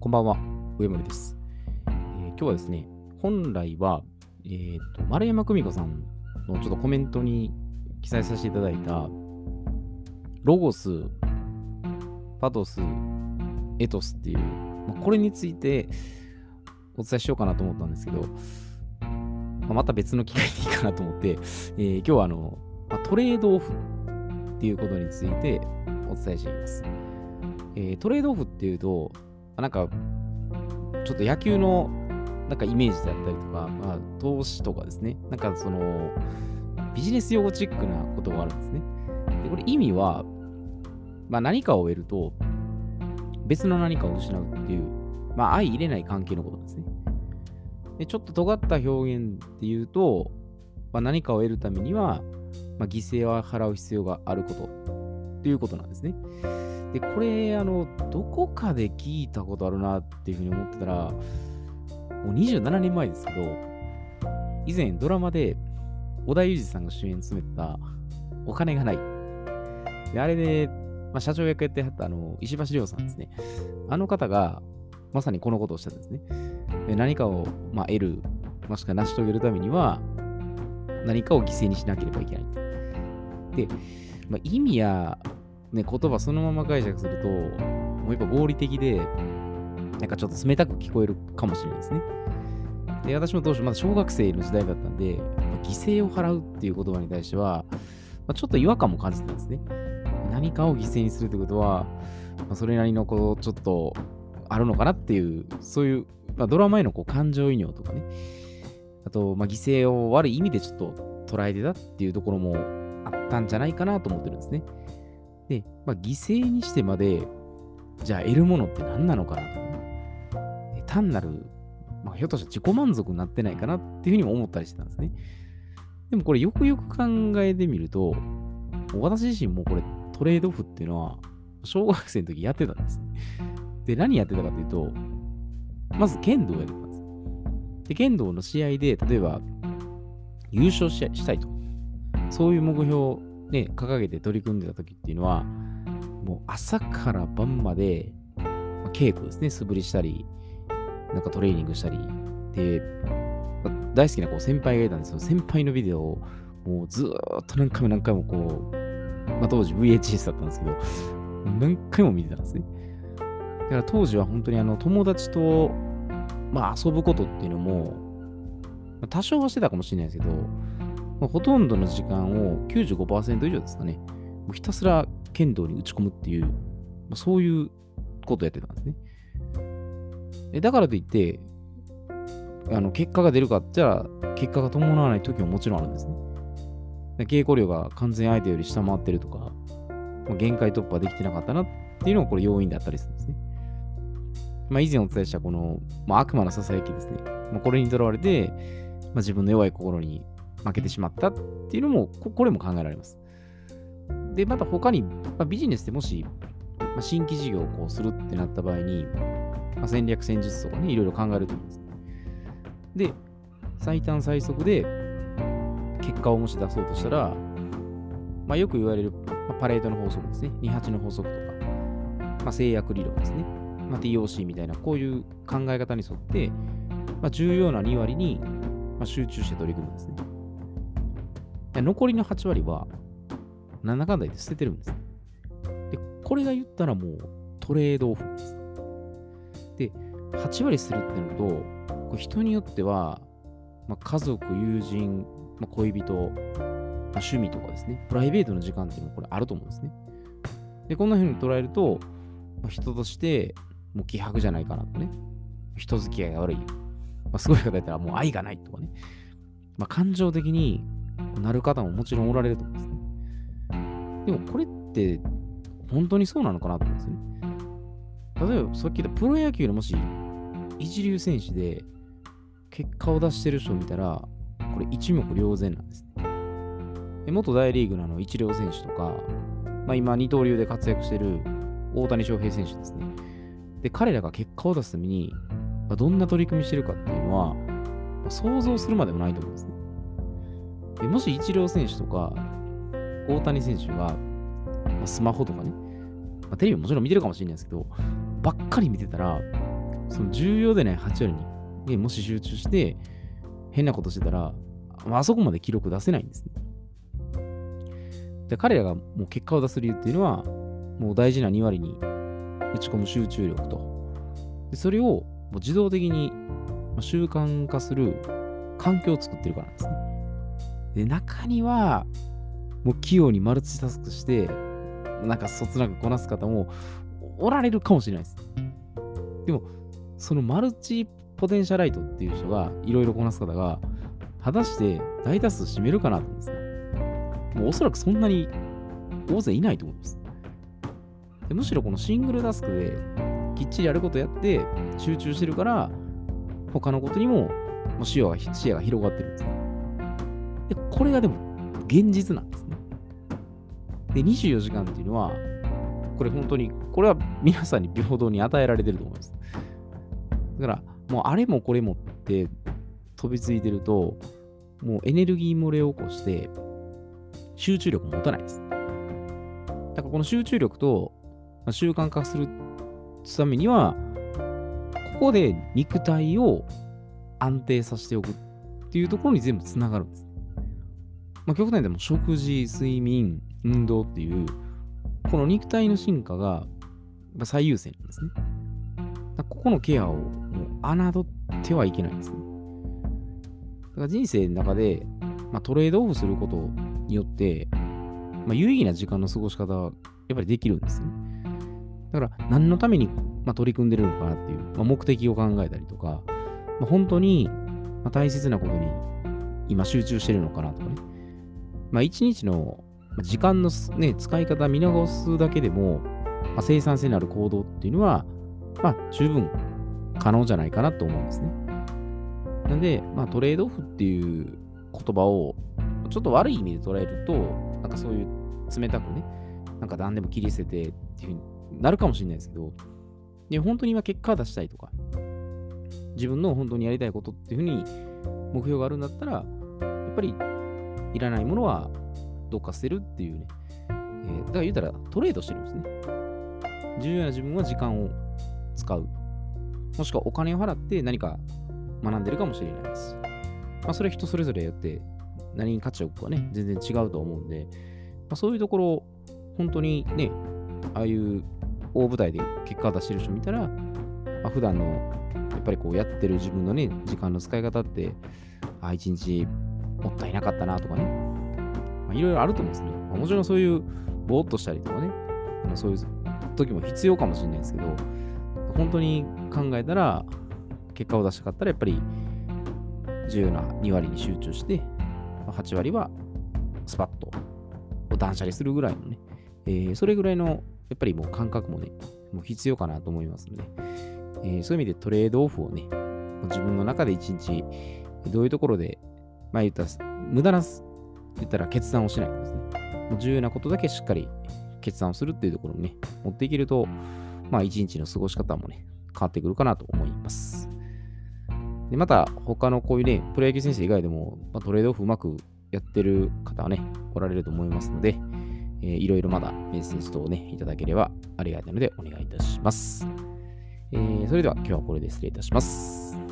こんばんは、上森です。今日はですね、本来は、丸山久美子さんのちょっとコメントに記載させていただいた、ロゴス、パトス、エトスっていう、これについてお伝えしようかなと思ったんですけど、また別の機会でいいかなと思って、今日はトレードオフっていうことについてお伝えしています。トレードオフっていうと、なんか、ちょっと野球のイメージであったりとか、投資とかですね、ビジネス用語チックなことがあるんですね。で、これ意味は、何かを得ると、別の何かを失うっていう、相入れない関係のことなんですね。で、ちょっと尖った表現で言うと、何かを得るためには、犠牲を払う必要があることということなんですね。で、これ、どこかで聞いたことあるなっていうふうに思ってたら、もう27年前ですけど、以前ドラマで織田裕二さんが主演務めたお金がない。で、あれで、社長役やってはった石橋亮さんですね。あの方がまさにこのことをおっしゃったんですね。で、何かを、得る、もしくは成し遂げるためには、何かを犠牲にしなければいけない。で、意味や、言葉そのまま解釈すると、もうやっぱ合理的で、ちょっと冷たく聞こえるかもしれないですね。で、私も当初まだ小学生の時代だったんで、犠牲を払うっていう言葉に対しては、ちょっと違和感も感じてたんですね。何かを犠牲にするってことは、それなりのちょっとあるのかなっていう、そういう、ドラマへの感情移入とかね、あと、犠牲を悪い意味でちょっと捉えてたっていうところもあったんじゃないかなと思ってるんですね。で、犠牲にしてまで、じゃあ得るものって何なのかなとかね。単なる、ひょっとしたら自己満足になってないかなっていうふうにも思ったりしてたんですね。でもこれよくよく考えてみると、私自身もこれトレードオフっていうのは、小学生の時やってたんですね。で、何やってたかというと、まず剣道をやってたんです。で、剣道の試合で、例えば、優勝したいと。そういう目標をね、掲げて取り組んでた時っていうのは、もう朝から晩まで、稽古ですね、素振りしたり、トレーニングしたり、で、大好きな先輩がいたんですよ。先輩のビデオを、もうずーっと何回も何回も当時 VHS だったんですけど、何回も見てたんですね。だから当時は本当に友達と、遊ぶことっていうのも、多少はしてたかもしれないですけど、ほとんどの時間を95% 以上ですかね、もうひたすら剣道に打ち込むっていう、そういうことをやってたんですね。だからといって、結果が出るかって言ったら、結果が伴わない時ももちろんあるんですね。稽古量が完全相手より下回ってるとか、限界突破できてなかったなっていうのがこれ要因であったりするんですね。以前お伝えしたこの、悪魔の囁きですね。これにとらわれて、自分の弱い心に負けてしまったっていうのも、これも考えられます。で、また他に、ビジネスでもし、新規事業をするってなった場合に、戦略戦術とかね、いろいろ考えると思うんです。で、最短最速で結果をもし出そうとしたら、よく言われる、パレードの法則ですね。28の法則とか、制約理論ですね。TOC みたいな、こういう考え方に沿って、重要な2割に、集中して取り組むんですね。で残りの8割は、なんだかんだ言って捨ててるんです。で、これが言ったらもうトレードオフです。で、8割するってなると、これ人によっては、家族、友人、恋人、趣味とかですね、プライベートの時間っていうのもこれあると思うんですね。で、こんな風に捉えると、人としてもう希薄じゃないかなとね。人付き合いが悪い。すごい方言ったらもう愛がないとかね。感情的になる方ももちろんおられると思うんですね。でもこれって本当にそうなのかなと思うんですよね。例えばさっき言ったプロ野球のもし一流選手で結果を出してる人を見たら、これ一目瞭然なんですね。元大リーグのイチロー選手とか、今二刀流で活躍してる大谷翔平選手ですね。で、彼らが結果を出すために、どんな取り組みしてるかっていうのは、想像するまでもないと思うんですね。でもしイチロー選手とか、大谷選手が、スマホとかね、テレビももちろん見てるかもしれないですけど、ばっかり見てたら、 その重要でない8割に、ね、もし集中して、変なことしてたら、あそこまで記録出せないんですね。で、彼らがもう結果を出す理由っていうのは、もう大事な2割に打ち込む集中力と、でそれをもう自動的に習慣化する環境を作ってるからなんですね。で、中には、もう器用にマルチタスクして、なんかそつなくこなす方もおられるかもしれないです。でも、そのマルチポテンシャライトっていう人が、いろいろこなす方が、果たして大多数占めるかなと思うんですね。もうおそらくそんなに大勢いないと思います。でむしろこのシングルタスクできっちりやることやって集中してるから、他のことにも視野が広がってるんですね。で、これがでも現実なんですね。で、24時間っていうのは、これ本当に、これは皆さんに平等に与えられてると思います。だから、もうあれもこれもって飛びついてると、もうエネルギー漏れを起こして、集中力を持たないです。だからこの集中力と習慣化するためには、ここで肉体を安定させておくっていうところに全部つながるんです。極端にでも食事、睡眠、運動っていう、この肉体の進化が最優先なんですね。ここのケアをもう侮ってはいけないんですね。だから人生の中で、トレードオフすることによって、有意義な時間の過ごし方はやっぱりできるんですね。だから何のために、取り組んでるのかなっていう、目的を考えたりとか、本当に、大切なことに今集中してるのかなとかね。一日の時間の、使い方見直すだけでも、生産性のある行動っていうのは、十分可能じゃないかなと思うんですね。なんで、トレードオフっていう言葉をちょっと悪い意味で捉えると、なんかそういう冷たくね、なんか何でも切り捨ててっていう風になるかもしれないですけど、本当に今結果を出したいとか、自分の本当にやりたいことっていう風に目標があるんだったら、やっぱりいらないものはどっか捨てるっていうね、だから言うたらトレードしてるんですね。重要な自分は時間を使う。もしくはお金を払って何か学んでるかもしれないです。それは人それぞれよって何に価値を置くかね、全然違うと思うんで、そういうところ、本当にね、ああいう大舞台で結果を出してる人見たら、普段のやっぱりこうやってる自分のね、時間の使い方って、一日もったいなかったなとかね、いろいろあると思うんですね。もちろんそういうぼーっとしたりとかね、そういう時も必要かもしれないですけど、本当に考えたら、結果を出したかったら、やっぱり重要な2割に集中して、8割はスパッと断捨離するぐらいのね、それぐらいのやっぱりもう感覚もね、もう必要かなと思いますので、そういう意味でトレードオフをね、自分の中で一日どういうところで、言ったら無駄な言ったら決断をしないとですね、もう重要なことだけしっかり決断をするっていうところにね、持っていけると、一日の過ごし方もね、変わってくるかなと思います。で、また、他のこういうね、プロ野球選手以外でも、トレードオフうまくやってる方はね、おられると思いますので、いろいろまだメッセージ等をね、いただければありがたいのでお願いいたします。それでは今日はこれで失礼いたします。